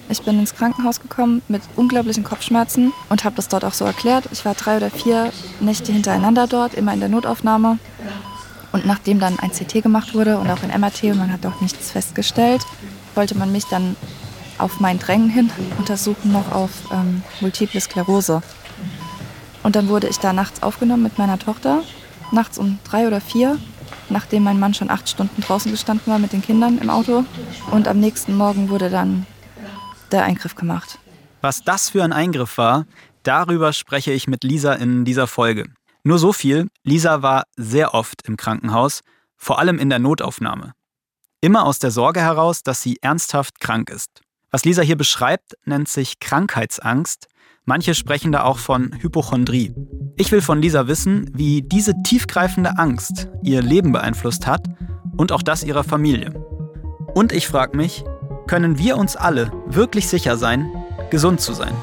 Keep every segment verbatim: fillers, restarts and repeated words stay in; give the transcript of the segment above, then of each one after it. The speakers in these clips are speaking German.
Ich bin ins Krankenhaus gekommen mit unglaublichen Kopfschmerzen und habe das dort auch so erklärt. Ich war drei oder vier Nächte hintereinander dort, immer in der Notaufnahme. Und nachdem dann ein C T gemacht wurde und auch ein M R T und man hat auch nichts festgestellt, wollte man mich dann auf mein Drängen hin untersuchen noch auf ähm, Multiple Sklerose. Und dann wurde ich da nachts aufgenommen mit meiner Tochter, nachts um drei oder vier, nachdem mein Mann schon acht Stunden draußen gestanden war mit den Kindern im Auto. Und am nächsten Morgen wurde dann der Eingriff gemacht. Was das für ein Eingriff war, darüber spreche ich mit Lisa in dieser Folge. Nur so viel, Lisa war sehr oft im Krankenhaus, vor allem in der Notaufnahme. Immer aus der Sorge heraus, dass sie ernsthaft krank ist. Was Lisa hier beschreibt, nennt sich Krankheitsangst. Manche sprechen da auch von Hypochondrie. Ich will von Lisa wissen, wie diese tiefgreifende Angst ihr Leben beeinflusst hat und auch das ihrer Familie. Und ich frage mich, können wir uns alle wirklich sicher sein, gesund zu sein?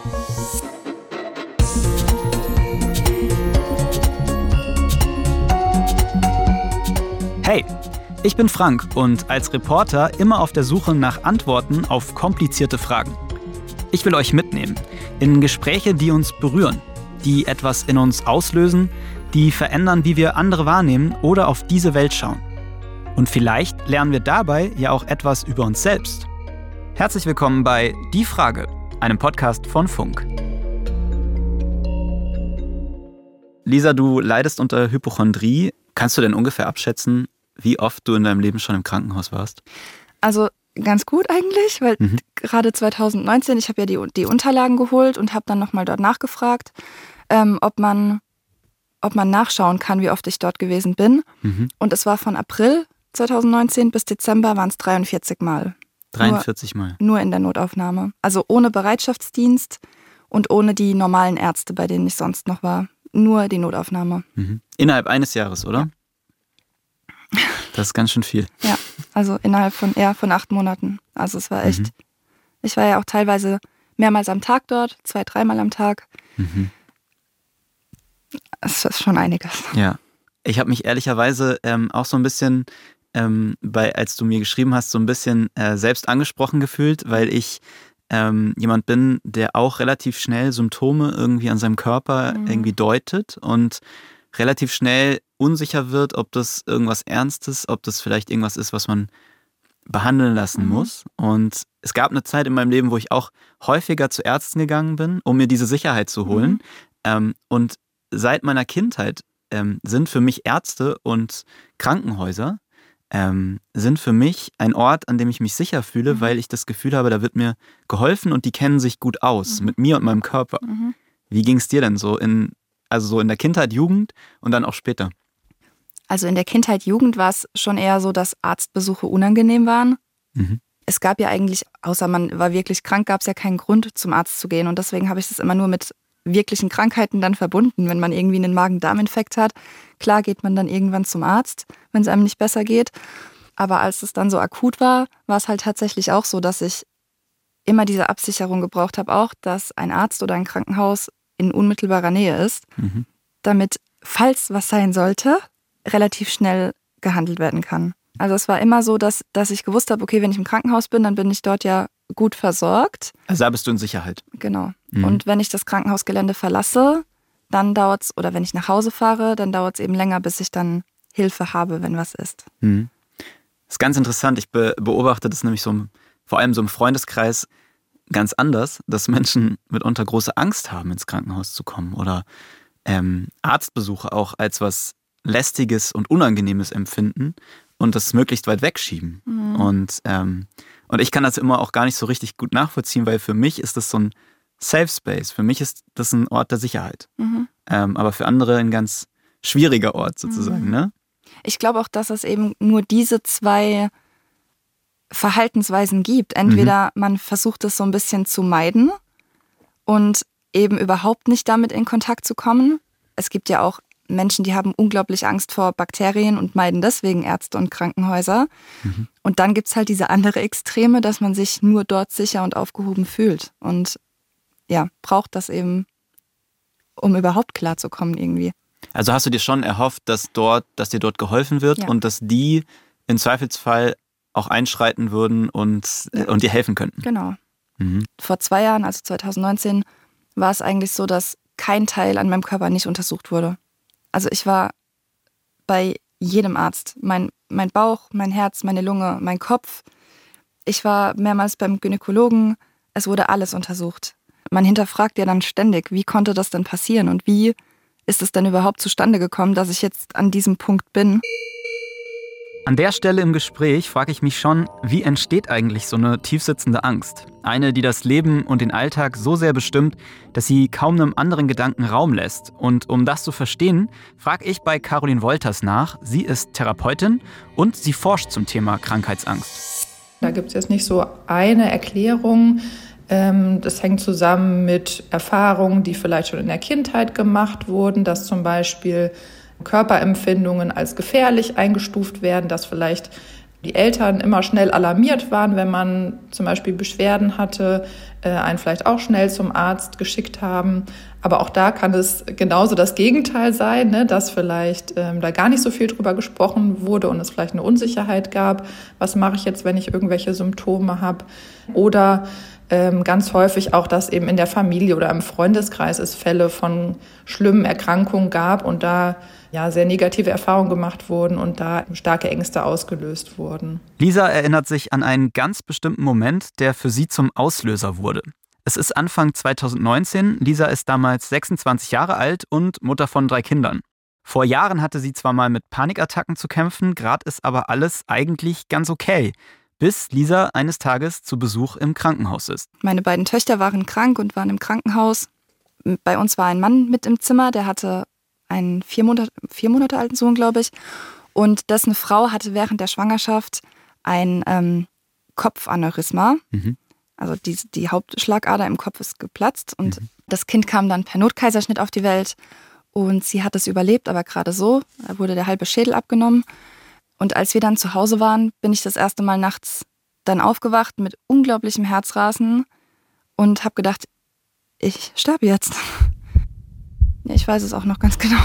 Hey, ich bin Frank und als Reporter immer auf der Suche nach Antworten auf komplizierte Fragen. Ich will euch mitnehmen in Gespräche, die uns berühren, die etwas in uns auslösen, die verändern, wie wir andere wahrnehmen oder auf diese Welt schauen. Und vielleicht lernen wir dabei ja auch etwas über uns selbst. Herzlich willkommen bei Die Frage, einem Podcast von Funk. Lisa, du leidest unter Hypochondrie. Kannst du denn ungefähr abschätzen, wie oft du in deinem Leben schon im Krankenhaus warst? Also ganz gut eigentlich, weil mhm. gerade zwanzig neunzehn, ich habe ja die, die Unterlagen geholt und habe dann nochmal dort nachgefragt, ähm, ob man, ob man nachschauen kann, wie oft ich dort gewesen bin. Mhm. Und es war von April zwanzig neunzehn bis Dezember waren es dreiundvierzig Mal. dreiundvierzig Mal? Nur, nur in der Notaufnahme. Also ohne Bereitschaftsdienst und ohne die normalen Ärzte, bei denen ich sonst noch war. Nur die Notaufnahme. Mhm. Innerhalb eines Jahres, oder? Ja. Das ist ganz schön viel. Ja, also innerhalb von eher von acht Monaten. Also es war echt, mhm. ich war ja auch teilweise mehrmals am Tag dort, zwei, dreimal am Tag. Mhm. Das ist schon einiges. Ja, ich habe mich ehrlicherweise ähm, auch so ein bisschen, ähm, bei, als du mir geschrieben hast, so ein bisschen äh, selbst angesprochen gefühlt, weil ich ähm, jemand bin, der auch relativ schnell Symptome irgendwie an seinem Körper mhm. irgendwie deutet und relativ schnell unsicher wird, ob das irgendwas Ernstes, ob das vielleicht irgendwas ist, was man behandeln lassen mhm. muss. Und es gab eine Zeit in meinem Leben, wo ich auch häufiger zu Ärzten gegangen bin, um mir diese Sicherheit zu holen. Mhm. Ähm, und seit meiner Kindheit ähm, sind für mich Ärzte und Krankenhäuser ähm, sind für mich ein Ort, an dem ich mich sicher fühle, mhm. weil ich das Gefühl habe, da wird mir geholfen und die kennen sich gut aus, mhm. mit mir und meinem Körper. Mhm. Wie ging es dir denn so in Also so in der Kindheit, Jugend und dann auch später? Also in der Kindheit, Jugend war es schon eher so, dass Arztbesuche unangenehm waren. Mhm. Es gab ja eigentlich, außer man war wirklich krank, gab es ja keinen Grund, zum Arzt zu gehen. Und deswegen habe ich das immer nur mit wirklichen Krankheiten dann verbunden. Wenn man irgendwie einen Magen-Darm-Infekt hat, klar geht man dann irgendwann zum Arzt, wenn es einem nicht besser geht. Aber als es dann so akut war, war es halt tatsächlich auch so, dass ich immer diese Absicherung gebraucht habe, auch, dass ein Arzt oder ein Krankenhaus in unmittelbarer Nähe ist, mhm. damit, falls was sein sollte, relativ schnell gehandelt werden kann. Also es war immer so, dass, dass ich gewusst habe, okay, wenn ich im Krankenhaus bin, dann bin ich dort ja gut versorgt. Also da bist du in Sicherheit. Genau. Mhm. Und wenn ich das Krankenhausgelände verlasse, dann dauert es, oder wenn ich nach Hause fahre, dann dauert es eben länger, bis ich dann Hilfe habe, wenn was ist. Mhm. Das ist ganz interessant. Ich be- beobachte das nämlich so, vor allem so im Freundeskreis, ganz anders, dass Menschen mitunter große Angst haben, ins Krankenhaus zu kommen oder ähm, Arztbesuche auch als was Lästiges und Unangenehmes empfinden und das möglichst weit wegschieben. Mhm. Und, ähm, und ich kann das immer auch gar nicht so richtig gut nachvollziehen, weil für mich ist das so ein Safe Space. Für mich ist das ein Ort der Sicherheit. Mhm. Ähm, aber für andere ein ganz schwieriger Ort sozusagen. Mhm. Ne? Ich glaube auch, dass es eben nur diese zwei Verhaltensweisen gibt. Entweder mhm. man versucht es so ein bisschen zu meiden und eben überhaupt nicht damit in Kontakt zu kommen. Es gibt ja auch Menschen, die haben unglaublich Angst vor Bakterien und meiden deswegen Ärzte und Krankenhäuser. Mhm. Und dann gibt es halt diese andere Extreme, dass man sich nur dort sicher und aufgehoben fühlt. Und ja, braucht das eben, um überhaupt klarzukommen irgendwie. Also hast du dir schon erhofft, dass dort, dass dir dort geholfen wird, ja, und dass die im Zweifelsfall auch einschreiten würden und, ja, und dir helfen könnten? Genau. Mhm. Vor zwei Jahren, also zwanzig neunzehn, war es eigentlich so, dass kein Teil an meinem Körper nicht untersucht wurde. Also ich war bei jedem Arzt. Mein, mein Bauch, mein Herz, meine Lunge, mein Kopf. Ich war mehrmals beim Gynäkologen. Es wurde alles untersucht. Man hinterfragt ja dann ständig, wie konnte das denn passieren und wie ist es denn überhaupt zustande gekommen, dass ich jetzt an diesem Punkt bin. An der Stelle im Gespräch frage ich mich schon, wie entsteht eigentlich so eine tiefsitzende Angst? Eine, die das Leben und den Alltag so sehr bestimmt, dass sie kaum einem anderen Gedanken Raum lässt. Und um das zu verstehen, frage ich bei Caroline Wolters nach. Sie ist Therapeutin und sie forscht zum Thema Krankheitsangst. Da gibt es jetzt nicht so eine Erklärung. Das hängt zusammen mit Erfahrungen, die vielleicht schon in der Kindheit gemacht wurden, dass zum Beispiel Körperempfindungen als gefährlich eingestuft werden, dass vielleicht die Eltern immer schnell alarmiert waren, wenn man zum Beispiel Beschwerden hatte, einen vielleicht auch schnell zum Arzt geschickt haben. Aber auch da kann es genauso das Gegenteil sein, ne, dass vielleicht ähm, da gar nicht so viel drüber gesprochen wurde und es vielleicht eine Unsicherheit gab. Was mache ich jetzt, wenn ich irgendwelche Symptome habe? Oder ähm, ganz häufig auch, dass eben in der Familie oder im Freundeskreis es Fälle von schlimmen Erkrankungen gab und da ja sehr negative Erfahrungen gemacht wurden und da starke Ängste ausgelöst wurden. Lisa erinnert sich an einen ganz bestimmten Moment, der für sie zum Auslöser wurde. Es ist Anfang zwanzig neunzehn, Lisa ist damals sechsundzwanzig Jahre alt und Mutter von drei Kindern. Vor Jahren hatte sie zwar mal mit Panikattacken zu kämpfen, gerade ist aber alles eigentlich ganz okay, bis Lisa eines Tages zu Besuch im Krankenhaus ist. Meine beiden Töchter waren krank und waren im Krankenhaus. Bei uns war ein Mann mit im Zimmer, der hatte einen vier Monate, vier Monate alten Sohn, glaube ich. Und dessen Frau hatte während der Schwangerschaft ein ähm, Kopfaneurysma. Mhm. Also die, die Hauptschlagader im Kopf ist geplatzt. Und mhm. das Kind kam dann per Notkaiserschnitt auf die Welt. Und sie hat es überlebt, aber gerade so. Da wurde der halbe Schädel abgenommen. Und als wir dann zu Hause waren, bin ich das erste Mal nachts dann aufgewacht mit unglaublichem Herzrasen und habe gedacht, ich sterbe jetzt. Ich weiß es auch noch ganz genau.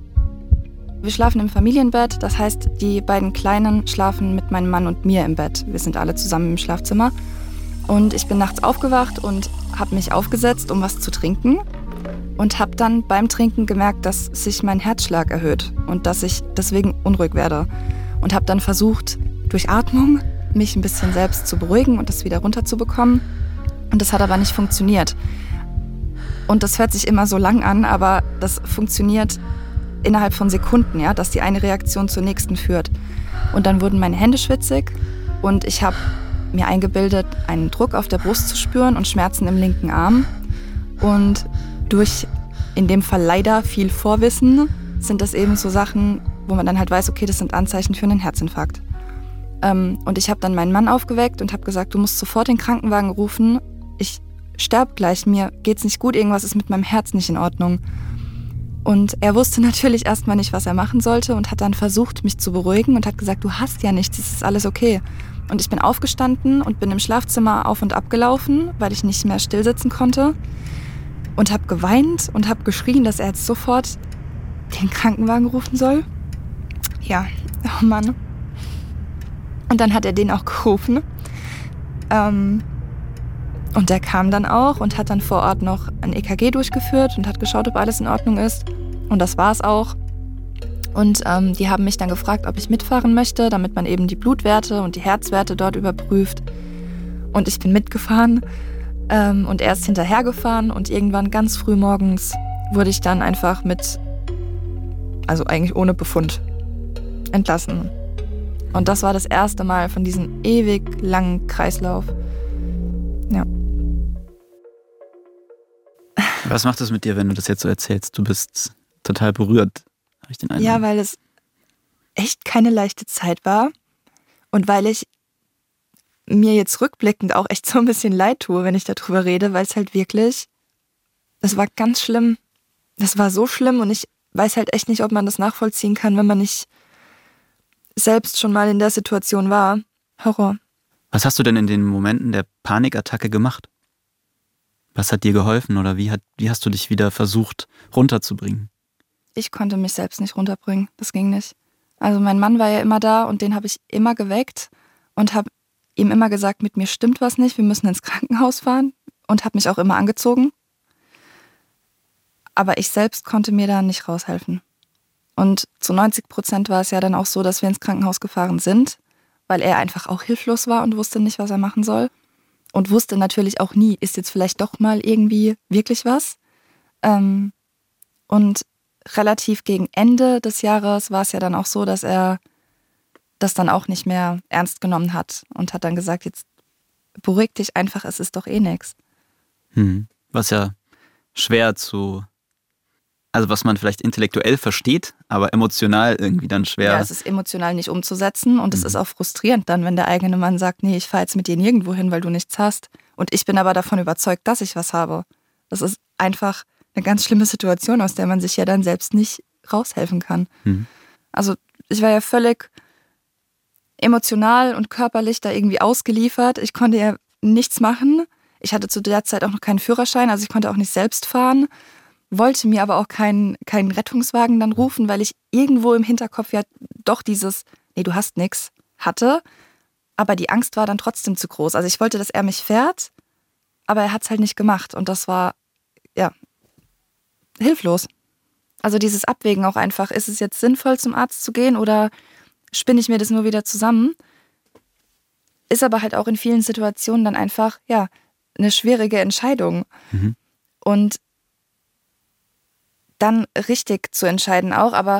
Wir schlafen im Familienbett, das heißt, die beiden Kleinen schlafen mit meinem Mann und mir im Bett. Wir sind alle zusammen im Schlafzimmer. Und ich bin nachts aufgewacht und habe mich aufgesetzt, um was zu trinken. Und habe dann beim Trinken gemerkt, dass sich mein Herzschlag erhöht und dass ich deswegen unruhig werde. Und habe dann versucht, durch Atmung mich ein bisschen selbst zu beruhigen und das wieder runterzubekommen. Und das hat aber nicht funktioniert. Und das hört sich immer so lang an, aber das funktioniert innerhalb von Sekunden, ja, dass die eine Reaktion zur nächsten führt. Und dann wurden meine Hände schwitzig und ich habe mir eingebildet, einen Druck auf der Brust zu spüren und Schmerzen im linken Arm. Und durch, in dem Fall leider, viel Vorwissen sind das eben so Sachen, wo man dann halt weiß, okay, das sind Anzeichen für einen Herzinfarkt. Ähm, und ich habe dann meinen Mann aufgeweckt und habe gesagt, du musst sofort den Krankenwagen rufen. Ich sterbe gleich, mir geht's nicht gut, irgendwas ist mit meinem Herz nicht in Ordnung. Und er wusste natürlich erstmal nicht, was er machen sollte und hat dann versucht, mich zu beruhigen und hat gesagt, du hast ja nichts, es ist alles okay. Und ich bin aufgestanden und bin im Schlafzimmer auf und ab gelaufen, weil ich nicht mehr stillsitzen konnte und habe geweint und habe geschrien, dass er jetzt sofort den Krankenwagen rufen soll. Ja, oh Mann. Und dann hat er den auch gerufen. Ähm... Und der kam dann auch und hat dann vor Ort noch ein E K G durchgeführt und hat geschaut, ob alles in Ordnung ist. Und das war es auch. Und ähm, die haben mich dann gefragt, ob ich mitfahren möchte, damit man eben die Blutwerte und die Herzwerte dort überprüft. Und ich bin mitgefahren ähm, und er ist hinterhergefahren. Und irgendwann ganz früh morgens wurde ich dann einfach mit, also eigentlich ohne Befund, entlassen. Und das war das erste Mal von diesem ewig langen Kreislauf. Ja. Was macht das mit dir, wenn du das jetzt so erzählst? Du bist total berührt, habe ich den Eindruck. Ja, weil es echt keine leichte Zeit war und weil ich mir jetzt rückblickend auch echt so ein bisschen leid tue, wenn ich darüber rede, weil es halt wirklich, das war ganz schlimm. Das war so schlimm und ich weiß halt echt nicht, ob man das nachvollziehen kann, wenn man nicht selbst schon mal in der Situation war. Horror. Was hast du denn in den Momenten der Panikattacke gemacht? Was hat dir geholfen oder wie, hat, wie hast du dich wieder versucht runterzubringen? Ich konnte mich selbst nicht runterbringen, das ging nicht. Also mein Mann war ja immer da und den habe ich immer geweckt und habe ihm immer gesagt, mit mir stimmt was nicht, wir müssen ins Krankenhaus fahren und habe mich auch immer angezogen. Aber ich selbst konnte mir da nicht raushelfen. Und zu neunzig Prozent war es ja dann auch so, dass wir ins Krankenhaus gefahren sind, weil er einfach auch hilflos war und wusste nicht, was er machen soll. Und wusste natürlich auch nie, ist jetzt vielleicht doch mal irgendwie wirklich was. Ähm, und relativ gegen Ende des Jahres war es ja dann auch so, dass er das dann auch nicht mehr ernst genommen hat und hat dann gesagt, jetzt beruhig dich einfach, es ist doch eh nichts. Hm. Was ja schwer zu, also was man vielleicht intellektuell versteht, aber emotional irgendwie dann schwer. Ja, es ist emotional nicht umzusetzen und es Mhm. ist auch frustrierend dann, wenn der eigene Mann sagt, nee, ich fahre jetzt mit dir nirgendwo hin, weil du nichts hast. Und ich bin aber davon überzeugt, dass ich was habe. Das ist einfach eine ganz schlimme Situation, aus der man sich ja dann selbst nicht raushelfen kann. Mhm. Also ich war ja völlig emotional und körperlich da irgendwie ausgeliefert. Ich konnte ja nichts machen. Ich hatte zu der Zeit auch noch keinen Führerschein, also ich konnte auch nicht selbst fahren, wollte mir aber auch keinen keinen Rettungswagen dann rufen, weil ich irgendwo im Hinterkopf ja doch dieses, nee, du hast nix, hatte. Aber die Angst war dann trotzdem zu groß. Also ich wollte, dass er mich fährt, aber er hat es halt nicht gemacht. Und das war, ja, hilflos. Also dieses Abwägen auch einfach, ist es jetzt sinnvoll, zum Arzt zu gehen oder spinne ich mir das nur wieder zusammen? Ist aber halt auch in vielen Situationen dann einfach, ja, eine schwierige Entscheidung. Mhm. Und dann richtig zu entscheiden auch, aber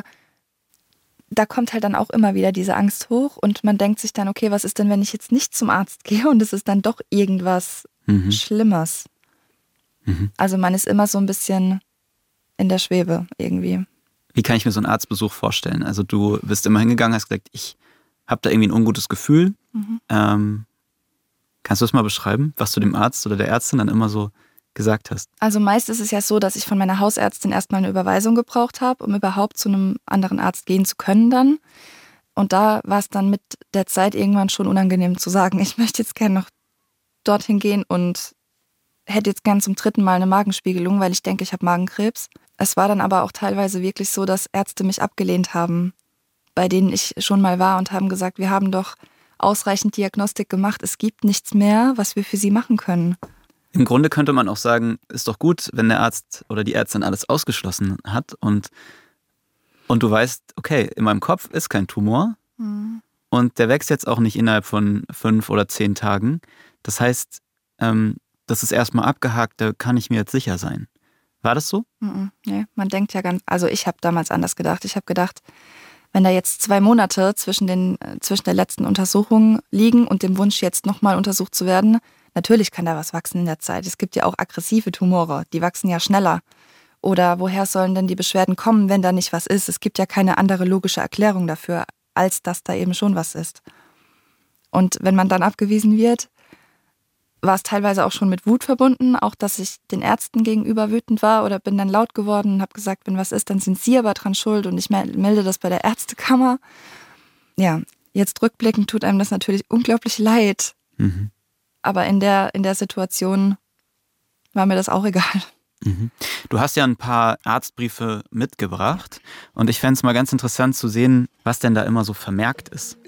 da kommt halt dann auch immer wieder diese Angst hoch und man denkt sich dann, okay, was ist denn, wenn ich jetzt nicht zum Arzt gehe und es ist dann doch irgendwas Mhm. Schlimmes? Mhm. Also man ist immer so ein bisschen in der Schwebe irgendwie. Wie kann ich mir so einen Arztbesuch vorstellen? Also du bist immer hingegangen, hast gesagt, ich habe da irgendwie ein ungutes Gefühl. Mhm. Ähm, kannst du das mal beschreiben, was du dem Arzt oder der Ärztin dann immer so gesagt hast? Also meist ist es ja so, dass ich von meiner Hausärztin erstmal eine Überweisung gebraucht habe, um überhaupt zu einem anderen Arzt gehen zu können dann. Und da war es dann mit der Zeit irgendwann schon unangenehm zu sagen, ich möchte jetzt gerne noch dorthin gehen und hätte jetzt gern zum dritten Mal eine Magenspiegelung, weil ich denke, ich habe Magenkrebs. Es war dann aber auch teilweise wirklich so, dass Ärzte mich abgelehnt haben, bei denen ich schon mal war und haben gesagt, wir haben doch ausreichend Diagnostik gemacht, es gibt nichts mehr, was wir für sie machen können. Im Grunde könnte man auch sagen, ist doch gut, wenn der Arzt oder die Ärztin alles ausgeschlossen hat und, und du weißt, okay, in meinem Kopf ist kein Tumor Mhm. und der wächst jetzt auch nicht innerhalb von fünf oder zehn Tagen. Das heißt, ähm, das ist erstmal abgehakt, da kann ich mir jetzt sicher sein. War das so? Mhm. Nee, man denkt ja ganz, also ich habe damals anders gedacht. Ich habe gedacht, wenn da jetzt zwei Monate zwischen, den, zwischen der letzten Untersuchung liegen und dem Wunsch, jetzt nochmal untersucht zu werden, natürlich kann da was wachsen in der Zeit. Es gibt ja auch aggressive Tumore, die wachsen ja schneller. Oder woher sollen denn die Beschwerden kommen, wenn da nicht was ist? Es gibt ja keine andere logische Erklärung dafür, als dass da eben schon was ist. Und wenn man dann abgewiesen wird, war es teilweise auch schon mit Wut verbunden, auch dass ich den Ärzten gegenüber wütend war oder bin dann laut geworden und habe gesagt, wenn was ist, dann sind sie aber dran schuld und ich melde das bei der Ärztekammer. Ja, jetzt rückblickend tut einem das natürlich unglaublich leid. Mhm. Aber in der, in der Situation war mir das auch egal. Mhm. Du hast ja ein paar Arztbriefe mitgebracht und ich fände es mal ganz interessant zu sehen, was denn da immer so vermerkt ist.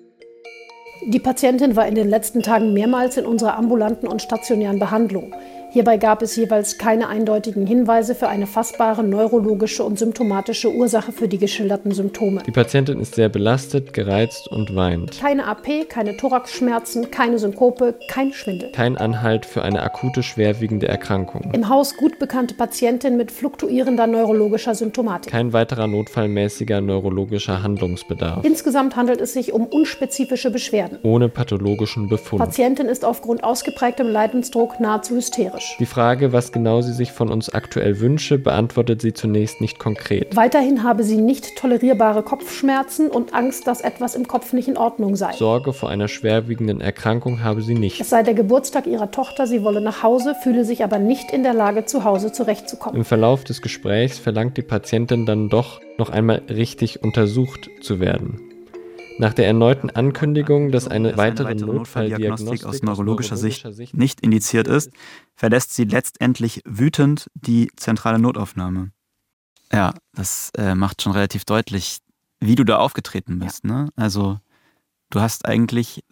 Die Patientin war in den letzten Tagen mehrmals in unserer ambulanten und stationären Behandlung. Hierbei gab es jeweils keine eindeutigen Hinweise für eine fassbare neurologische und symptomatische Ursache für die geschilderten Symptome. Die Patientin ist sehr belastet, gereizt und weint. Keine A P, keine Thoraxschmerzen, keine Synkope, kein Schwindel. Kein Anhalt für eine akute, schwerwiegende Erkrankung. Im Haus gut bekannte Patientin mit fluktuierender neurologischer Symptomatik. Kein weiterer notfallmäßiger neurologischer Handlungsbedarf. Insgesamt handelt es sich um unspezifische Beschwerden. Ohne pathologischen Befund. Patientin ist aufgrund ausgeprägtem Leidensdruck nahezu hysterisch. Die Frage, was genau sie sich von uns aktuell wünsche, beantwortet sie zunächst nicht konkret. Weiterhin habe sie nicht tolerierbare Kopfschmerzen und Angst, dass etwas im Kopf nicht in Ordnung sei. Sorge vor einer schwerwiegenden Erkrankung habe sie nicht. Es sei der Geburtstag ihrer Tochter, sie wolle nach Hause, fühle sich aber nicht in der Lage, zu Hause zurechtzukommen. Im Verlauf des Gesprächs verlangt die Patientin dann doch, noch einmal richtig untersucht zu werden. Nach der erneuten Ankündigung, dass eine weitere Notfalldiagnostik aus neurologischer Sicht nicht indiziert ist, verlässt sie letztendlich wütend die zentrale Notaufnahme. Ja, das äh, macht schon relativ deutlich, wie du da aufgetreten bist. Ja. Ne? Also du hast eigentlich so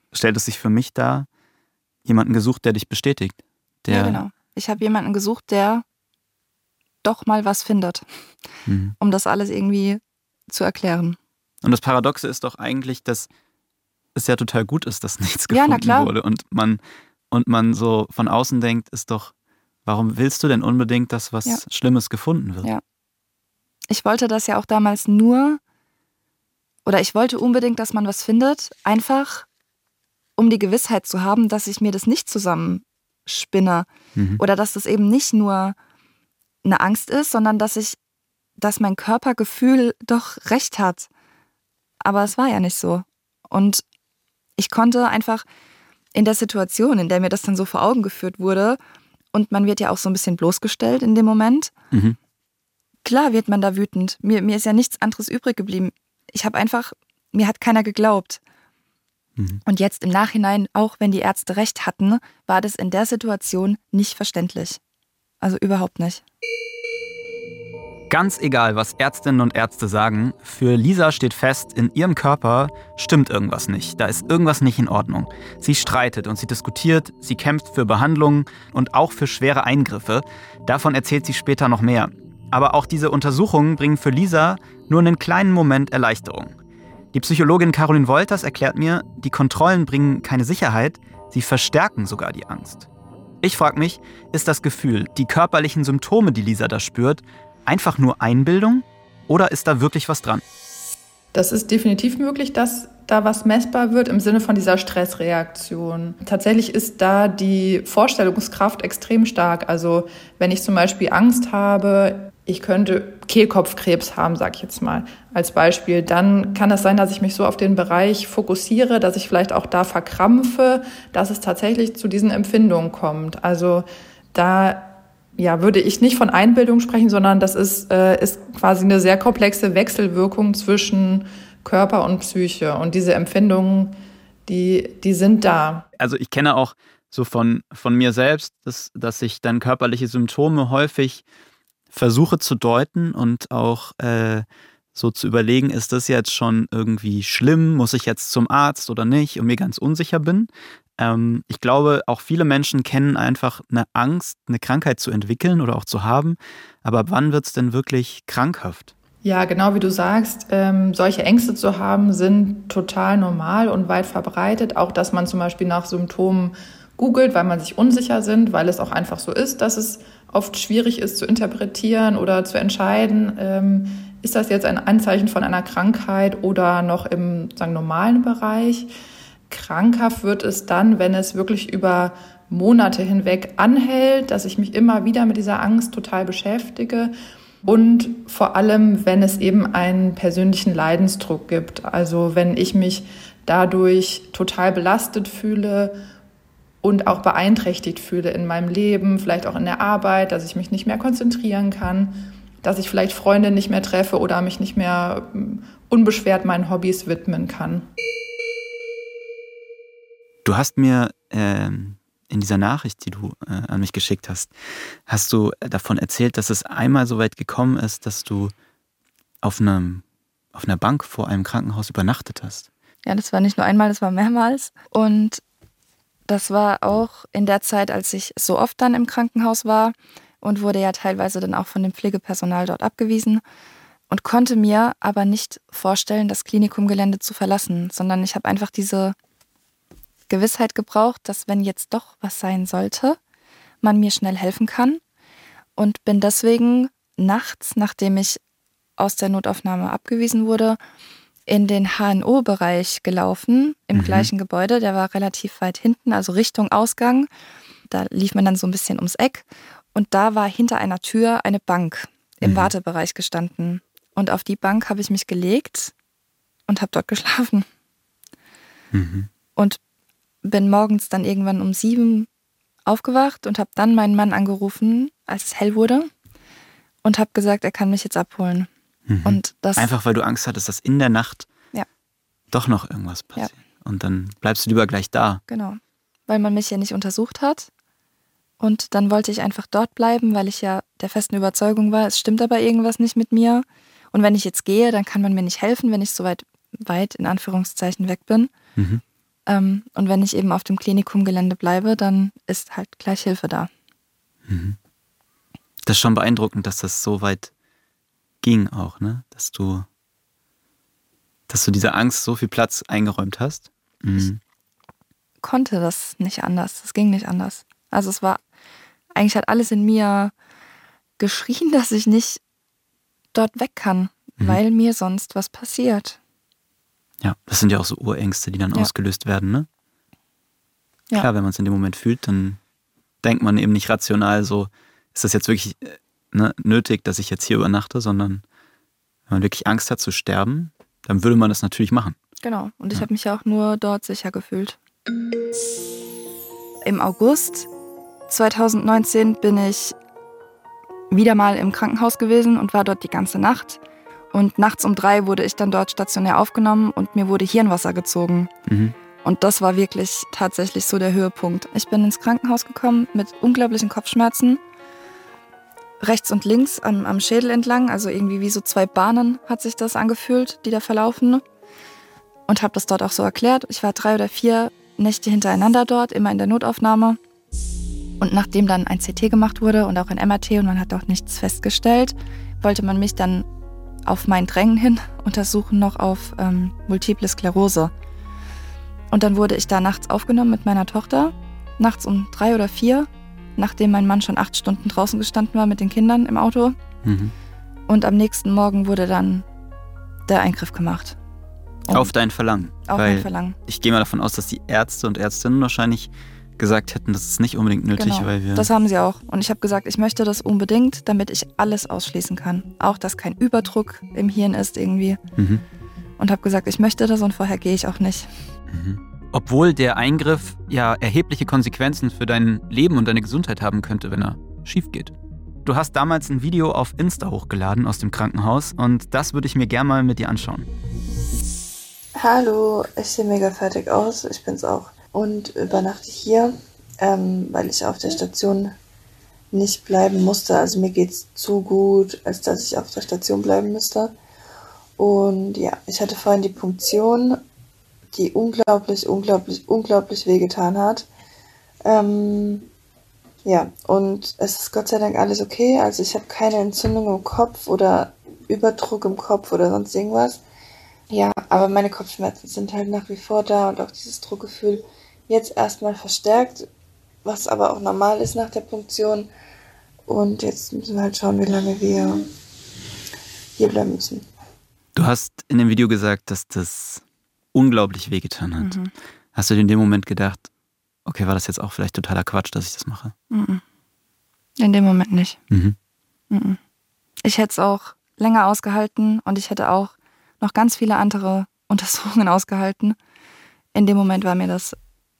stellt es sich für mich dar, jemanden gesucht, der dich bestätigt. Der ja, genau. Ich habe jemanden gesucht, der doch mal was findet, mhm. um das alles irgendwie zu erklären. Und das Paradoxe ist doch eigentlich, dass es ja total gut ist, dass nichts gefunden ja, na klar. wurde. Und man, und man so von außen denkt, ist doch, warum willst du denn unbedingt, dass was ja. Schlimmes gefunden wird? Ja. Ich wollte das ja auch damals nur, oder ich wollte unbedingt, dass man was findet, einfach um die Gewissheit zu haben, dass ich mir das nicht zusammenspinne. Mhm. Oder dass das eben nicht nur eine Angst ist, sondern dass ich, dass mein Körpergefühl doch recht hat. Aber es war ja nicht so. Und ich konnte einfach in der Situation, in der mir das dann so vor Augen geführt wurde, und man wird ja auch so ein bisschen bloßgestellt in dem Moment, mhm. klar wird man da wütend. Mir, mir ist ja nichts anderes übrig geblieben. Ich habe einfach, mir hat keiner geglaubt. Mhm. Und jetzt im Nachhinein, auch wenn die Ärzte recht hatten, war das in der Situation nicht verständlich. Also überhaupt nicht. Ganz egal, was Ärztinnen und Ärzte sagen, für Lisa steht fest, in ihrem Körper stimmt irgendwas nicht. Da ist irgendwas nicht in Ordnung. Sie streitet und sie diskutiert, sie kämpft für Behandlungen und auch für schwere Eingriffe. Davon erzählt sie später noch mehr. Aber auch diese Untersuchungen bringen für Lisa nur einen kleinen Moment Erleichterung. Die Psychologin Caroline Wolters erklärt mir, die Kontrollen bringen keine Sicherheit, sie verstärken sogar die Angst. Ich frage mich, ist das Gefühl, die körperlichen Symptome, die Lisa da spürt, einfach nur Einbildung oder ist da wirklich was dran? Das ist definitiv möglich, dass da was messbar wird im Sinne von dieser Stressreaktion. Tatsächlich ist da die Vorstellungskraft extrem stark. Also wenn ich zum Beispiel Angst habe, ich könnte Kehlkopfkrebs haben, sag ich jetzt mal als Beispiel, dann kann es sein, dass ich mich so auf den Bereich fokussiere, dass ich vielleicht auch da verkrampfe, dass es tatsächlich zu diesen Empfindungen kommt. Also da ja, würde ich nicht von Einbildung sprechen, sondern das ist, äh, ist quasi eine sehr komplexe Wechselwirkung zwischen Körper und Psyche. Und diese Empfindungen, die, die sind da. Also ich kenne auch so von, von mir selbst, dass, dass ich dann körperliche Symptome häufig versuche zu deuten und auch äh, so zu überlegen, ist das jetzt schon irgendwie schlimm, muss ich jetzt zum Arzt oder nicht, und mir ganz unsicher bin. Ähm, ich glaube, auch viele Menschen kennen einfach eine Angst, eine Krankheit zu entwickeln oder auch zu haben. Aber wann wird es denn wirklich krankhaft? Ja, genau wie du sagst, ähm, solche Ängste zu haben, sind total normal und weit verbreitet. Auch, dass man zum Beispiel nach Symptomen googelt, weil man sich unsicher sind, weil es auch einfach so ist, dass es oft schwierig ist zu interpretieren oder zu entscheiden, ähm, ist das jetzt ein Anzeichen von einer Krankheit oder noch im sagen, normalen Bereich. Krankhaft wird es dann, wenn es wirklich über Monate hinweg anhält, dass ich mich immer wieder mit dieser Angst total beschäftige und vor allem, wenn es eben einen persönlichen Leidensdruck gibt. Also wenn ich mich dadurch total belastet fühle und auch beeinträchtigt fühle in meinem Leben, vielleicht auch in der Arbeit, dass ich mich nicht mehr konzentrieren kann, dass ich vielleicht Freunde nicht mehr treffe oder mich nicht mehr unbeschwert meinen Hobbys widmen kann. Du hast mir äh, in dieser Nachricht, die du äh, an mich geschickt hast, hast du davon erzählt, dass es einmal so weit gekommen ist, dass du auf, einem, auf einer Bank vor einem Krankenhaus übernachtet hast. Ja, das war nicht nur einmal, das war mehrmals. Und das war auch in der Zeit, als ich so oft dann im Krankenhaus war und wurde ja teilweise dann auch von dem Pflegepersonal dort abgewiesen und konnte mir aber nicht vorstellen, das Klinikumgelände zu verlassen, sondern ich habe einfach diese Gewissheit gebraucht, dass wenn jetzt doch was sein sollte, man mir schnell helfen kann, und bin deswegen nachts, nachdem ich aus der Notaufnahme abgewiesen wurde, in den H N O-Bereich gelaufen, im mhm. gleichen Gebäude. Der war relativ weit hinten, also Richtung Ausgang. Da lief man dann so ein bisschen ums Eck. Und da war hinter einer Tür eine Bank im mhm. Wartebereich gestanden. Und auf die Bank habe ich mich gelegt und habe dort geschlafen. Mhm. Und bin morgens dann irgendwann um sieben aufgewacht und habe dann meinen Mann angerufen, als es hell wurde, und habe gesagt, er kann mich jetzt abholen. Mhm. Und das einfach, weil du Angst hattest, dass in der Nacht ja. doch noch irgendwas passiert. Ja. Und dann bleibst du lieber gleich da. Genau, weil man mich ja nicht untersucht hat. Und dann wollte ich einfach dort bleiben, weil ich ja der festen Überzeugung war, es stimmt aber irgendwas nicht mit mir. Und wenn ich jetzt gehe, dann kann man mir nicht helfen, wenn ich so weit, weit in Anführungszeichen weg bin. Mhm. Ähm, und wenn ich eben auf dem Klinikumgelände bleibe, dann ist halt gleich Hilfe da. Mhm. Das ist schon beeindruckend, dass das so weit ging auch, ne? Dass du, dass du dieser Angst so viel Platz eingeräumt hast. Mhm. Ich konnte das nicht anders. Es ging nicht anders. Also es war, eigentlich hat alles in mir geschrien, dass ich nicht dort weg kann, mhm. weil mir sonst was passiert. Ja, das sind ja auch so Urängste, die dann ja. ausgelöst werden, ne? Ja. Klar, wenn man es in dem Moment fühlt, dann denkt man eben nicht rational so, ist das jetzt wirklich ne, nötig, dass ich jetzt hier übernachte, sondern wenn man wirklich Angst hat zu sterben, dann würde man das natürlich machen. Genau, und ich ja. habe mich ja auch nur dort sicher gefühlt. Im August zweitausendneunzehn bin ich wieder mal im Krankenhaus gewesen und war dort die ganze Nacht. Und nachts um drei wurde ich dann dort stationär aufgenommen und mir wurde Hirnwasser gezogen. Mhm. Und das war wirklich tatsächlich so der Höhepunkt. Ich bin ins Krankenhaus gekommen mit unglaublichen Kopfschmerzen. Rechts und links am, am Schädel entlang, also irgendwie wie so zwei Bahnen hat sich das angefühlt, die da verlaufen. Und habe das dort auch so erklärt. Ich war drei oder vier Nächte hintereinander dort, immer in der Notaufnahme. Und nachdem dann ein C T gemacht wurde und auch ein M R T und man hat auch nichts festgestellt, wollte man mich dann auf mein Drängen hin untersuchen noch auf ähm, Multiple Sklerose. Und dann wurde ich da nachts aufgenommen mit meiner Tochter, nachts um drei oder vier, nachdem mein Mann schon acht Stunden draußen gestanden war mit den Kindern im Auto. Mhm. Und am nächsten Morgen wurde dann der Eingriff gemacht. Und auf dein Verlangen? Auf Weil mein Verlangen. Ich gehe mal davon aus, dass die Ärzte und Ärztinnen wahrscheinlich gesagt hätten, das ist nicht unbedingt nötig, genau, weil wir... das haben sie auch. Und ich habe gesagt, ich möchte das unbedingt, damit ich alles ausschließen kann. Auch, dass kein Überdruck im Hirn ist irgendwie. Mhm. Und habe gesagt, ich möchte das und vorher gehe ich auch nicht. Mhm. Obwohl der Eingriff ja erhebliche Konsequenzen für dein Leben und deine Gesundheit haben könnte, wenn er schief geht. Du hast damals ein Video auf Insta hochgeladen aus dem Krankenhaus und das würde ich mir gerne mal mit dir anschauen. Hallo, ich sehe mega fertig aus, ich bin's auch. Und übernachte hier, ähm, weil ich auf der Station nicht bleiben musste. Also mir geht's zu gut, als dass ich auf der Station bleiben müsste. Und ja, ich hatte vorhin die Punktion, die unglaublich, unglaublich, unglaublich wehgetan hat. Ähm, ja, und es ist Gott sei Dank alles okay. Also ich habe keine Entzündung im Kopf oder Überdruck im Kopf oder sonst irgendwas. Ja, aber meine Kopfschmerzen sind halt nach wie vor da und auch dieses Druckgefühl jetzt erstmal verstärkt, was aber auch normal ist nach der Punktion. Und jetzt müssen wir halt schauen, wie lange wir hier bleiben müssen. Du hast in dem Video gesagt, dass das unglaublich wehgetan hat. Mhm. Hast du dir in dem Moment gedacht, okay, war das jetzt auch vielleicht totaler Quatsch, dass ich das mache? Mhm. In dem Moment nicht. Mhm. Mhm. Ich hätte es auch länger ausgehalten und ich hätte auch noch ganz viele andere Untersuchungen ausgehalten. In dem Moment war mir das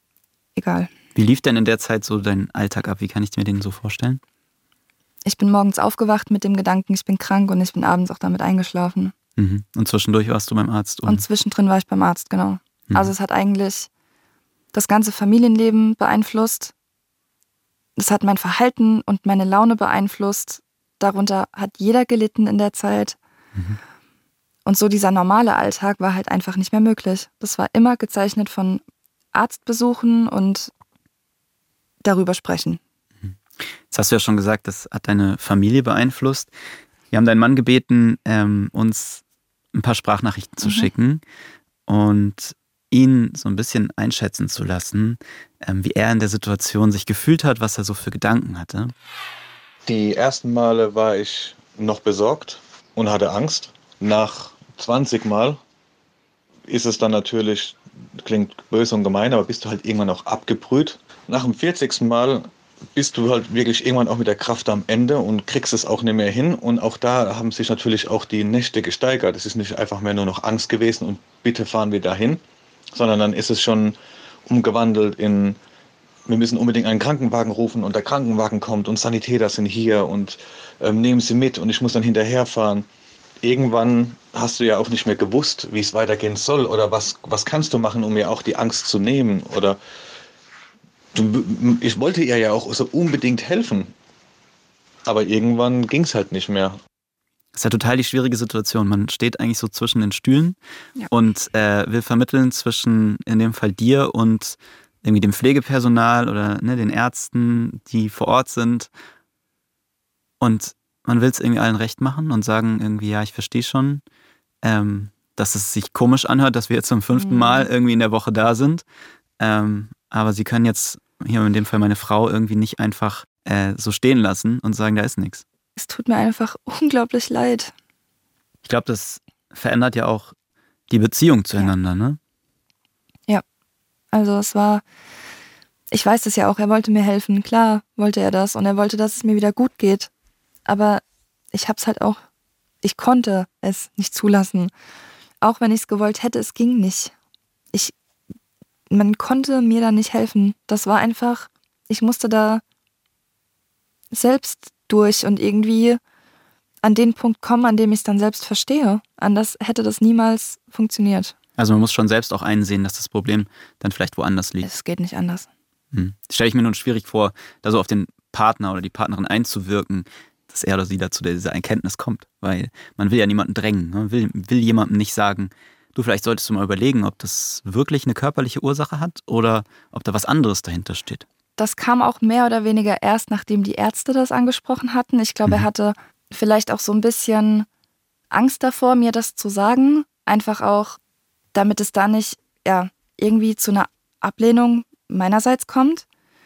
egal. Wie lief denn in der Zeit so dein Alltag ab? Wie kann ich mir den so vorstellen? Ich bin morgens aufgewacht mit dem Gedanken, ich bin krank und ich bin abends auch damit eingeschlafen. Mhm. Und zwischendurch warst du beim Arzt? Und, und zwischendrin war ich beim Arzt, genau. Mhm. Also es hat eigentlich das ganze Familienleben beeinflusst. Es hat mein Verhalten und meine Laune beeinflusst. Darunter hat jeder gelitten in der Zeit. Mhm. Und so dieser normale Alltag war halt einfach nicht mehr möglich. Das war immer gezeichnet von Arztbesuchen und darüber sprechen. Jetzt hast du ja schon gesagt, das hat deine Familie beeinflusst. Wir haben deinen Mann gebeten, ähm, uns ein paar Sprachnachrichten zu mhm. schicken und ihn so ein bisschen einschätzen zu lassen, ähm, wie er in der Situation sich gefühlt hat, was er so für Gedanken hatte. Die ersten Male war ich noch besorgt und hatte Angst. Nach zwanzig Mal ist es dann natürlich, klingt böse und gemein, aber bist du halt irgendwann auch abgebrüht. Nach dem vierzigsten Mal bist du halt wirklich irgendwann auch mit der Kraft am Ende und kriegst es auch nicht mehr hin. Und auch da haben sich natürlich auch die Nächte gesteigert. Es ist nicht einfach mehr nur noch Angst gewesen und bitte fahren wir dahin, sondern dann ist es schon umgewandelt in, wir müssen unbedingt einen Krankenwagen rufen und der Krankenwagen kommt und Sanitäter sind hier und ähm, nehmen sie mit und ich muss dann hinterherfahren. Irgendwann hast du ja auch nicht mehr gewusst, wie es weitergehen soll oder was, was kannst du machen, um mir auch die Angst zu nehmen. Oder du, ich wollte ihr ja auch so unbedingt helfen, aber irgendwann ging es halt nicht mehr. Das ist ja total die schwierige Situation. Man steht eigentlich so zwischen den Stühlen ja. und äh, will vermitteln zwischen, in dem Fall dir und irgendwie dem Pflegepersonal oder ne, den Ärzten, die vor Ort sind. Und man will es irgendwie allen recht machen und sagen irgendwie, ja, ich verstehe schon, ähm, dass es sich komisch anhört, dass wir jetzt zum fünften mhm. Mal irgendwie in der Woche da sind. Ähm, aber sie können jetzt, hier in dem Fall meine Frau, irgendwie nicht einfach äh, so stehen lassen und sagen, da ist nichts. Es tut mir einfach unglaublich leid. Ich glaube, das verändert ja auch die Beziehung zueinander, ja. ne? Ja, also es war, ich weiß es ja auch, er wollte mir helfen, klar wollte er das und er wollte, dass es mir wieder gut geht. Aber ich hab's halt auch, ich konnte es nicht zulassen. Auch wenn ich es gewollt hätte, es ging nicht. Ich, man konnte mir da nicht helfen. Das war einfach, ich musste da selbst durch und irgendwie an den Punkt kommen, an dem ich es dann selbst verstehe. Anders hätte das niemals funktioniert. Also man muss schon selbst auch einsehen, dass das Problem dann vielleicht woanders liegt. Es geht nicht anders. Hm. Das stelle ich mir nun schwierig vor, da so auf den Partner oder die Partnerin einzuwirken, dass er oder sie dazu dieser Erkenntnis kommt. Weil man will ja niemanden drängen. Man will, will jemandem nicht sagen, du, vielleicht solltest du mal überlegen, ob das wirklich eine körperliche Ursache hat oder ob da was anderes dahinter steht. Das kam auch mehr oder weniger erst, nachdem die Ärzte das angesprochen hatten. Ich glaube, mhm. er hatte vielleicht auch so ein bisschen Angst davor, mir das zu sagen. Einfach auch, damit es da nicht ja, irgendwie zu einer Ablehnung meinerseits kommt.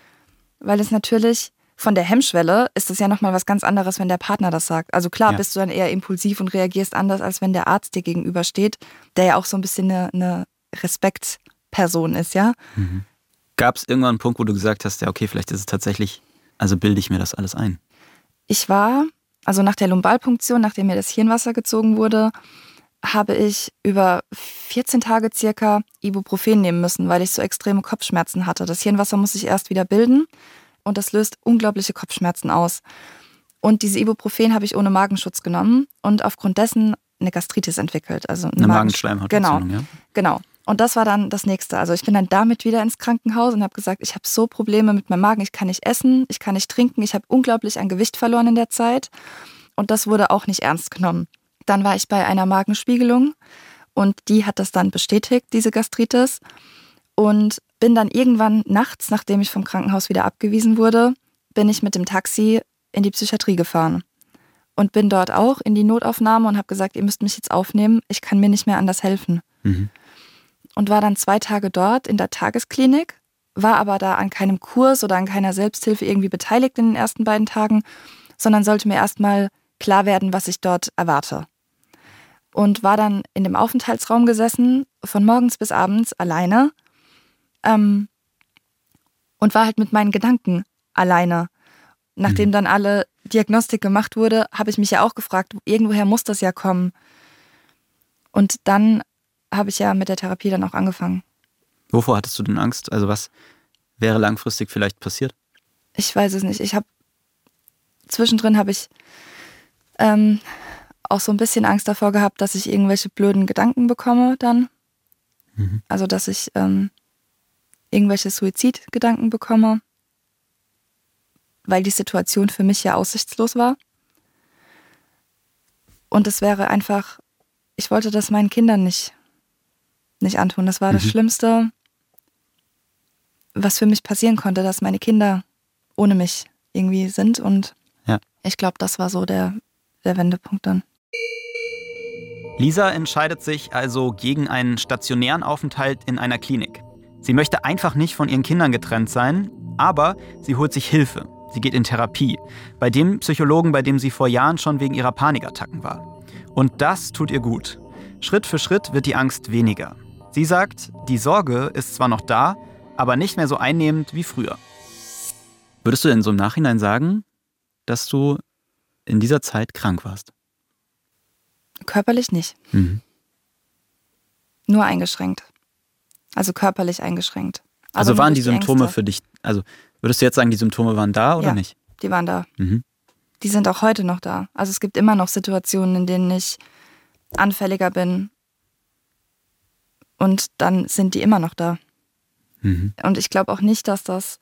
Weil es natürlich von der Hemmschwelle ist es ja nochmal was ganz anderes, wenn der Partner das sagt. Also klar, ja. bist du dann eher impulsiv und reagierst anders, als wenn der Arzt dir gegenübersteht, der ja auch so ein bisschen eine, eine Respektperson ist, ja. Mhm. Gab es irgendwann einen Punkt, wo du gesagt hast, ja okay, vielleicht ist es tatsächlich, also bilde ich mir das alles ein? Ich war, also nach der Lumbalpunktion, nachdem mir das Hirnwasser gezogen wurde, habe ich über vierzehn Tage circa Ibuprofen nehmen müssen, weil ich so extreme Kopfschmerzen hatte. Das Hirnwasser muss sich erst wieder bilden und das löst unglaubliche Kopfschmerzen aus. Und diese Ibuprofen habe ich ohne Magenschutz genommen und aufgrund dessen eine Gastritis entwickelt. Also eine, eine Magenschleimhautentzündung, genau, ja? Genau. Und das war dann das Nächste. Also ich bin dann damit wieder ins Krankenhaus und habe gesagt, ich habe so Probleme mit meinem Magen, ich kann nicht essen, ich kann nicht trinken, ich habe unglaublich an Gewicht verloren in der Zeit. Und das wurde auch nicht ernst genommen. Dann war ich bei einer Magenspiegelung und die hat das dann bestätigt, diese Gastritis. Und bin dann irgendwann nachts, nachdem ich vom Krankenhaus wieder abgewiesen wurde, bin ich mit dem Taxi in die Psychiatrie gefahren. Und bin dort auch in die Notaufnahme und habe gesagt, ihr müsst mich jetzt aufnehmen, ich kann mir nicht mehr anders helfen. Mhm. Und war dann zwei Tage dort in der Tagesklinik, war aber da an keinem Kurs oder an keiner Selbsthilfe irgendwie beteiligt in den ersten beiden Tagen, sondern sollte mir erstmal klar werden, was ich dort erwarte. Und war dann in dem Aufenthaltsraum gesessen, von morgens bis abends alleine ähm, und war halt mit meinen Gedanken alleine. Nachdem dann alle Diagnostik gemacht wurde, habe ich mich ja auch gefragt, irgendwoher muss das ja kommen. Und dann habe ich ja mit der Therapie dann auch angefangen. Wovor hattest du denn Angst? Also was wäre langfristig vielleicht passiert? Ich weiß es nicht. Ich habe zwischendrin habe ich ähm, auch so ein bisschen Angst davor gehabt, dass ich irgendwelche blöden Gedanken bekomme dann. Mhm. Also dass ich ähm, irgendwelche Suizidgedanken bekomme, weil die Situation für mich ja aussichtslos war. Und es wäre einfach, ich wollte das meinen Kindern nicht nicht antun. Das war das mhm. Schlimmste, was für mich passieren konnte, dass meine Kinder ohne mich irgendwie sind. Und ja. ich glaube, das war so der, der Wendepunkt dann. Lisa entscheidet sich also gegen einen stationären Aufenthalt in einer Klinik. Sie möchte einfach nicht von ihren Kindern getrennt sein, aber sie holt sich Hilfe. Sie geht in Therapie. Bei dem Psychologen, bei dem sie vor Jahren schon wegen ihrer Panikattacken war. Und das tut ihr gut. Schritt für Schritt wird die Angst weniger. Sie sagt, die Sorge ist zwar noch da, aber nicht mehr so einnehmend wie früher. Würdest du denn so im Nachhinein sagen, dass du in dieser Zeit krank warst? Körperlich nicht. Mhm. Nur eingeschränkt. Also körperlich eingeschränkt. Aber also waren die Symptome für dich, also würdest du jetzt sagen, die Symptome waren da oder ja, nicht? Die waren da. Mhm. Die sind auch heute noch da. Also es gibt immer noch Situationen, in denen ich anfälliger bin. Und dann sind die immer noch da. Mhm. Und ich glaube auch nicht, dass das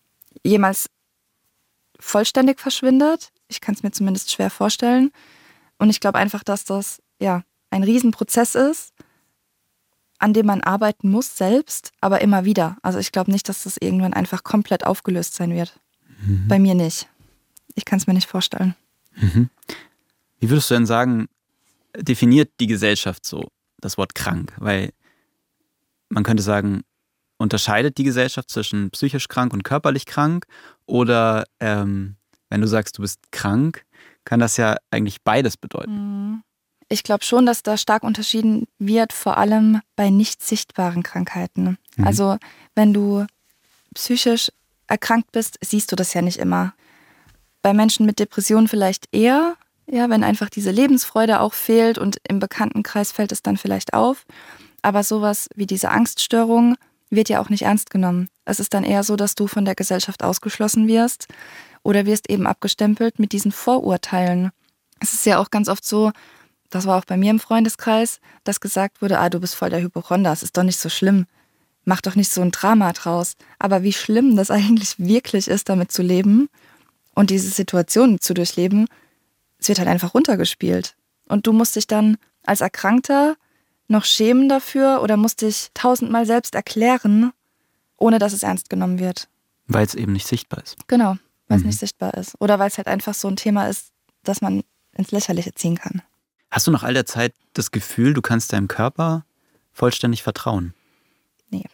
jemals vollständig verschwindet. Ich kann es mir zumindest schwer vorstellen. Und ich glaube einfach, dass das ja ein Riesenprozess ist, an dem man arbeiten muss selbst, aber immer wieder. Also ich glaube nicht, dass das irgendwann einfach komplett aufgelöst sein wird. Mhm. Bei mir nicht. Ich kann es mir nicht vorstellen. Mhm. Wie würdest du denn sagen, definiert die Gesellschaft so das Wort krank? Weil man könnte sagen, unterscheidet die Gesellschaft zwischen psychisch krank und körperlich krank? Oder ähm, wenn du sagst, du bist krank, kann das ja eigentlich beides bedeuten. Ich glaube schon, dass da stark unterschieden wird, vor allem bei nicht sichtbaren Krankheiten. Mhm. Also wenn du psychisch erkrankt bist, siehst du das ja nicht immer. Bei Menschen mit Depressionen vielleicht eher, ja, wenn einfach diese Lebensfreude auch fehlt und im Bekanntenkreis fällt es dann vielleicht auf. Aber sowas wie diese Angststörung wird ja auch nicht ernst genommen. Es ist dann eher so, dass du von der Gesellschaft ausgeschlossen wirst oder wirst eben abgestempelt mit diesen Vorurteilen. Es ist ja auch ganz oft so, das war auch bei mir im Freundeskreis, dass gesagt wurde, ah, du bist voll der Hypochonder, es ist doch nicht so schlimm. Mach doch nicht so ein Drama draus. Aber wie schlimm das eigentlich wirklich ist, damit zu leben und diese Situation zu durchleben, es wird halt einfach runtergespielt. Und du musst dich dann als Erkrankter noch schämen dafür oder musst dich tausendmal selbst erklären, ohne dass es ernst genommen wird. Weil es eben nicht sichtbar ist. Genau, weil es Mhm. nicht sichtbar ist. Oder weil es halt einfach so ein Thema ist, das man ins Lächerliche ziehen kann. Hast du nach all der Zeit das Gefühl, du kannst deinem Körper vollständig vertrauen? Nee.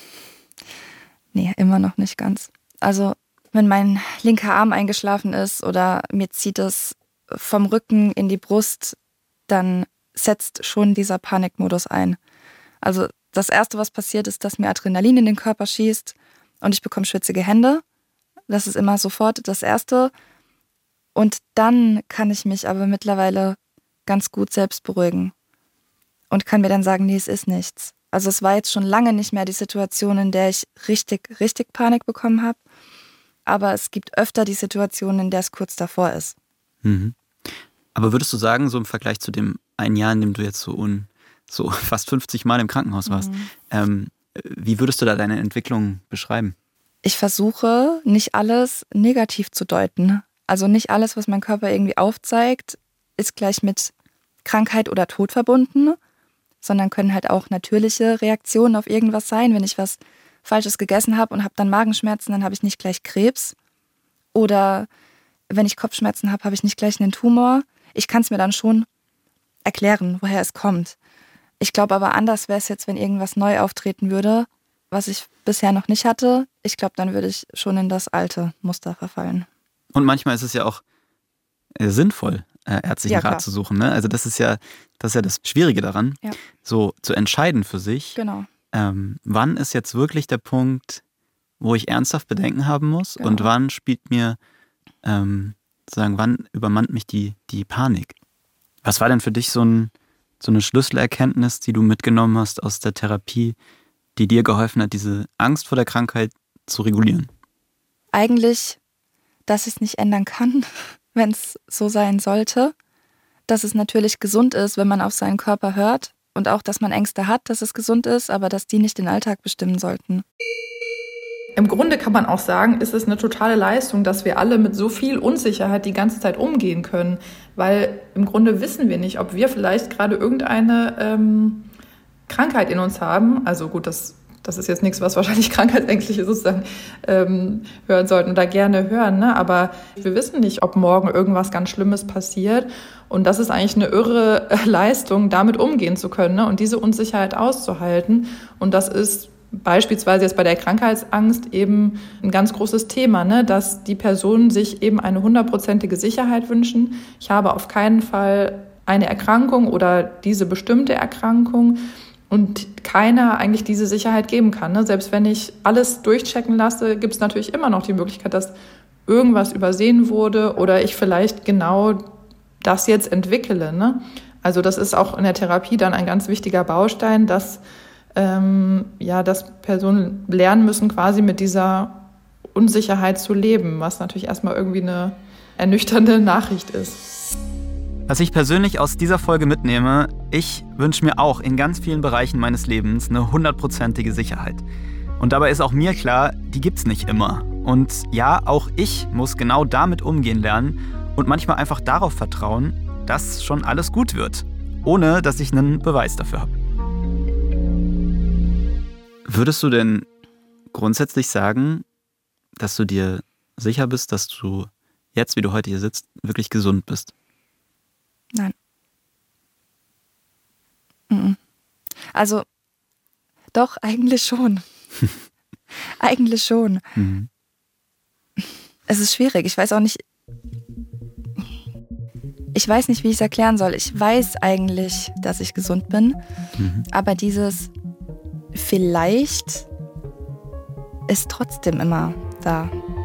Nee, immer noch nicht ganz. Also, wenn mein linker Arm eingeschlafen ist oder mir zieht es vom Rücken in die Brust, dann setzt schon dieser Panikmodus ein. Also, das Erste, was passiert, ist, dass mir Adrenalin in den Körper schießt und ich bekomme schwitzige Hände. Das ist immer sofort das Erste. Und dann kann ich mich aber mittlerweile ganz gut selbst beruhigen und kann mir dann sagen, nee, es ist nichts. Also es war jetzt schon lange nicht mehr die Situation, in der ich richtig, richtig Panik bekommen habe. Aber es gibt öfter die Situation, in der es kurz davor ist. Mhm. Aber würdest du sagen, so im Vergleich zu dem einen Jahr, in dem du jetzt so, un, so fast fünfzig Mal im Krankenhaus warst, mhm. ähm, wie würdest du da deine Entwicklung beschreiben? Ich versuche, nicht alles negativ zu deuten. Also nicht alles, was mein Körper irgendwie aufzeigt, ist gleich mit Krankheit oder Tod verbunden, sondern können halt auch natürliche Reaktionen auf irgendwas sein. Wenn ich was Falsches gegessen habe und habe dann Magenschmerzen, dann habe ich nicht gleich Krebs. Oder wenn ich Kopfschmerzen habe, habe ich nicht gleich einen Tumor. Ich kann es mir dann schon erklären, woher es kommt. Ich glaube aber, anders wäre es jetzt, wenn irgendwas neu auftreten würde, was ich bisher noch nicht hatte. Ich glaube, dann würde ich schon in das alte Muster verfallen. Und manchmal ist es ja auch äh, sinnvoll, äh, ärztlichen Ja, Rat klar. zu suchen. Ne? Also das ist ja das ist ja das Schwierige daran, Ja. so zu entscheiden für sich, Genau. ähm, wann ist jetzt wirklich der Punkt, wo ich ernsthaft Bedenken haben muss Genau. und wann spielt mir, ähm, sozusagen, wann übermannt mich die, die Panik. Was war denn für dich so, ein, so eine Schlüsselerkenntnis, die du mitgenommen hast aus der Therapie, die dir geholfen hat, diese Angst vor der Krankheit zu regulieren? Eigentlich, dass ich es nicht ändern kann, wenn es so sein sollte. Dass es natürlich gesund ist, wenn man auf seinen Körper hört. Und auch, dass man Ängste hat, dass es gesund ist, aber dass die nicht den Alltag bestimmen sollten. Im Grunde kann man auch sagen, ist es eine totale Leistung, dass wir alle mit so viel Unsicherheit die ganze Zeit umgehen können. Weil im Grunde wissen wir nicht, ob wir vielleicht gerade irgendeine ähm, Krankheit in uns haben. Also gut, das, das ist jetzt nichts, was wahrscheinlich Krankheitsängstliche sozusagen ähm, hören sollten oder gerne hören. Ne? Aber wir wissen nicht, ob morgen irgendwas ganz Schlimmes passiert. Und das ist eigentlich eine irre Leistung, damit umgehen zu können, ne? Und diese Unsicherheit auszuhalten. Und das ist beispielsweise jetzt bei der Krankheitsangst eben ein ganz großes Thema, ne? Dass die Personen sich eben eine hundertprozentige Sicherheit wünschen. Ich habe auf keinen Fall eine Erkrankung oder diese bestimmte Erkrankung und keiner eigentlich diese Sicherheit geben kann. Ne? Selbst wenn ich alles durchchecken lasse, gibt es natürlich immer noch die Möglichkeit, dass irgendwas übersehen wurde oder ich vielleicht genau das jetzt entwickle. Ne? Also das ist auch in der Therapie dann ein ganz wichtiger Baustein, dass ähm, ja, dass Personen lernen müssen, quasi mit dieser Unsicherheit zu leben, was natürlich erstmal irgendwie eine ernüchternde Nachricht ist. Was ich persönlich aus dieser Folge mitnehme, ich wünsche mir auch in ganz vielen Bereichen meines Lebens eine hundertprozentige Sicherheit. Und dabei ist auch mir klar, die gibt's nicht immer. Und ja, auch ich muss genau damit umgehen lernen und manchmal einfach darauf vertrauen, dass schon alles gut wird, ohne dass ich einen Beweis dafür habe. Würdest du denn grundsätzlich sagen, dass du dir sicher bist, dass du jetzt, wie du heute hier sitzt, wirklich gesund bist? Nein. Also, doch, eigentlich schon. Eigentlich schon. Mhm. Es ist schwierig. Ich weiß auch nicht, ich weiß nicht, wie ich es erklären soll. Ich weiß eigentlich, dass ich gesund bin, mhm. aber dieses vielleicht ist trotzdem immer da.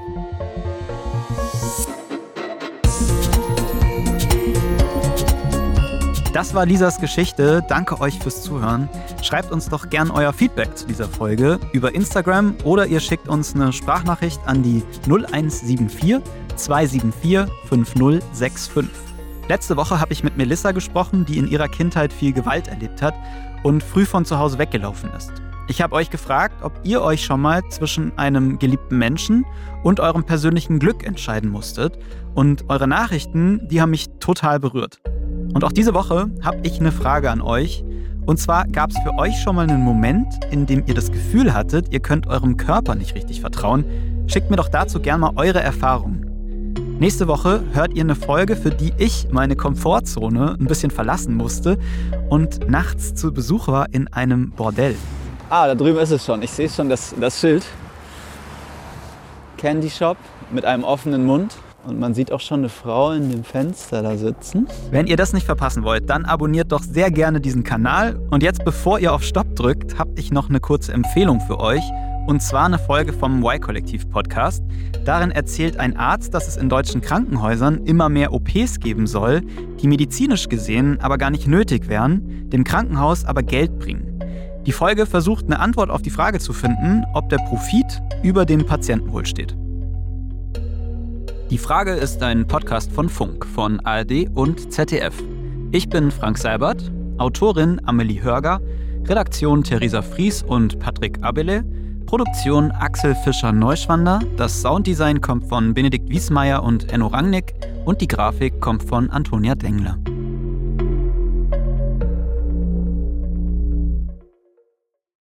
Das war Lisas Geschichte. Danke euch fürs Zuhören. Schreibt uns doch gern euer Feedback zu dieser Folge über Instagram oder ihr schickt uns eine Sprachnachricht an die null eins sieben vier, zwei sieben vier, fünf null sechs fünf. Letzte Woche habe ich mit Melissa gesprochen, die in ihrer Kindheit viel Gewalt erlebt hat und früh von zu Hause weggelaufen ist. Ich habe euch gefragt, ob ihr euch schon mal zwischen einem geliebten Menschen und eurem persönlichen Glück entscheiden musstet. Und eure Nachrichten, die haben mich total berührt. Und auch diese Woche habe ich eine Frage an euch. Und zwar gab es für euch schon mal einen Moment, in dem ihr das Gefühl hattet, ihr könnt eurem Körper nicht richtig vertrauen. Schickt mir doch dazu gerne mal eure Erfahrungen. Nächste Woche hört ihr eine Folge, für die ich meine Komfortzone ein bisschen verlassen musste und nachts zu Besuch war in einem Bordell. Ah, da drüben ist es schon. Ich sehe schon das, das Schild. Candy Shop mit einem offenen Mund. Und man sieht auch schon eine Frau in dem Fenster da sitzen. Wenn ihr das nicht verpassen wollt, dann abonniert doch sehr gerne diesen Kanal. Und jetzt, bevor ihr auf Stopp drückt, habe ich noch eine kurze Empfehlung für euch. Und zwar eine Folge vom Y-Kollektiv-Podcast. Darin erzählt ein Arzt, dass es in deutschen Krankenhäusern immer mehr O Ps geben soll, die medizinisch gesehen aber gar nicht nötig wären, dem Krankenhaus aber Geld bringen. Die Folge versucht, eine Antwort auf die Frage zu finden, ob der Profit über dem Patientenwohl steht. Die Frage ist ein Podcast von Funk, von A R D und Z D F. Ich bin Frank Seibert, Autorin Amelie Hörger, Redaktion Theresa Fries und Patrick Abele, Produktion Axel Fischer-Neuschwander, das Sounddesign kommt von Benedikt Wiesmeier und Enno Rangnick und die Grafik kommt von Antonia Dengler.